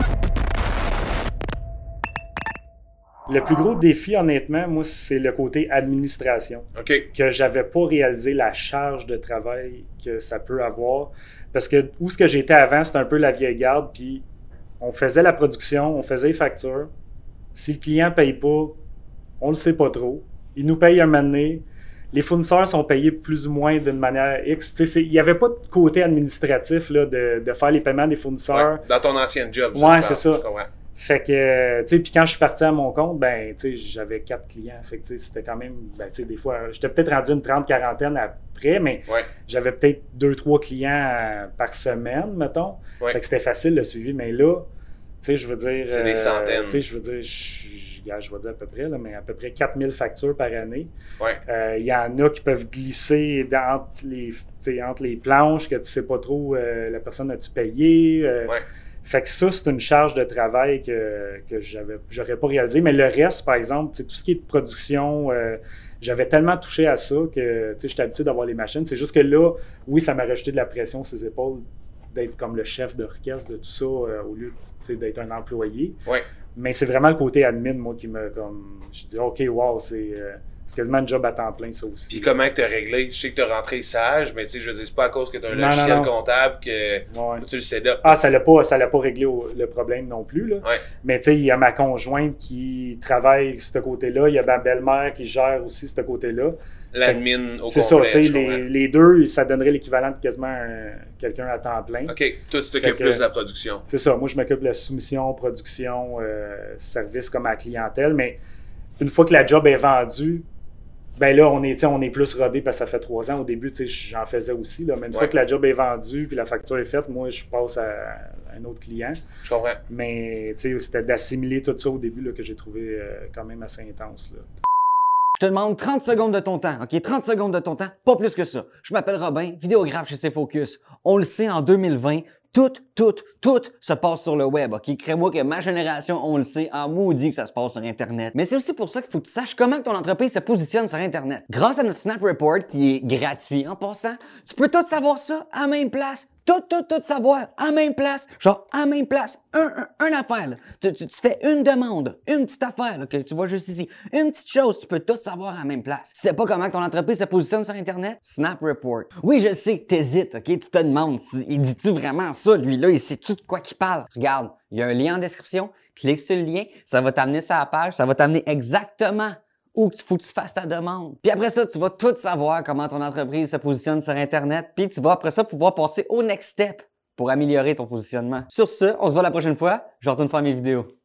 Le plus gros défi, honnêtement, moi, c'est le côté administration. OK. Que j'avais pas réalisé la charge de travail que ça peut avoir. Parce que où ce que j'étais avant, c'était un peu la vieille garde, puis on faisait la production, on faisait les factures. Si le client ne paye pas, on le sait pas trop. Il nous paye un moment donné. Les fournisseurs sont payés plus ou moins d'une manière X. Il n'y avait pas de côté administratif là, de faire les paiements des fournisseurs. Ouais, dans ton ancienne job. Ouais, c'est ça. Ouais. Fait que, tu sais, puis quand je suis parti à mon compte, ben, tu sais, j'avais 4 clients. Fait que, tu sais, c'était quand même, ben, tu sais, des fois, j'étais peut-être rendu une 30-40 après, mais j'avais peut-être 2-3 clients par semaine, mettons. Ouais. Fait que c'était facile le suivi. Mais là, tu sais, je veux dire. C'est des centaines. Tu sais, je veux dire, je vais dire à peu près, là, mais à peu près 4000 factures par année. Ouais. Il y en a qui peuvent glisser entre les planches, que tu sais pas trop, la personne a-tu payé. Ouais. Fait que ça, c'est une charge de travail que j'aurais pas réalisé. Mais le reste, par exemple, tout ce qui est de production, j'avais tellement touché à ça que j'étais habitué d'avoir les machines. C'est juste que là, oui, ça m'a rajouté de la pression sur ses épaules d'être comme le chef d'orchestre de tout ça au lieu d'être un employé. Ouais. Mais c'est vraiment le côté admin, moi, qui me comme. Je dis, OK, wow, c'est quasiment un job à temps plein, ça aussi. Puis comment que tu as réglé? Je sais que tu as rentré sage, mais tu sais, je veux dire, c'est pas à cause que tu as un logiciel comptable que tu le sais là. Ah, ça l'a pas réglé le problème non plus, là. Ouais. Mais tu sais, il y a ma conjointe qui travaille de ce côté-là, il y a ma belle-mère qui gère aussi ce côté-là. L'admin au complet. C'est ça, tu sais, les deux, ça donnerait l'équivalent de quasiment quelqu'un à temps plein. OK, toi, tu t'occupes plus de la production. C'est ça, moi, je m'occupe de la soumission, production, service comme à la clientèle, mais une fois que la job est vendue, ben là, on est plus rodé parce que ça fait 3 ans. Au début, j'en faisais aussi, là, mais une fois que la job est vendue puis la facture est faite, moi, je passe à un autre client. Je comprends. Mais c'était d'assimiler tout ça au début là, que j'ai trouvé quand même assez intense, là. Je te demande 30 secondes de ton temps, OK? 30 secondes de ton temps, pas plus que ça. Je m'appelle Robin, vidéographe chez C-Focus. On le sait, en 2020, tout se passe sur le web, OK? Crée-moi que ma génération, on le sait, en maudit que ça se passe sur Internet. Mais c'est aussi pour ça qu'il faut que tu saches comment ton entreprise se positionne sur Internet. Grâce à notre Snap Report, qui est gratuit en passant, tu peux tout savoir ça à la même place. Tout savoir à la même place. Genre, à la même place. Un affaire, là. Tu fais une demande, une petite affaire, là, que tu vois juste ici. Une petite chose, tu peux tout savoir à la même place. Tu sais pas comment ton entreprise se positionne sur Internet? Snap Report. Oui, je sais, t'hésites, OK? Tu te demandes, il dit-tu vraiment ça, lui-là? Il sait-tu de quoi qu'il parle? Regarde, il y a un lien en description. Clique sur le lien. Ça va t'amener sur la page. Ça va t'amener exactement où il faut que tu fasses ta demande. Puis après ça, tu vas tout savoir comment ton entreprise se positionne sur Internet. Puis tu vas après ça pouvoir passer au next step pour améliorer ton positionnement. Sur ce, on se voit la prochaine fois. Je retourne faire mes vidéos.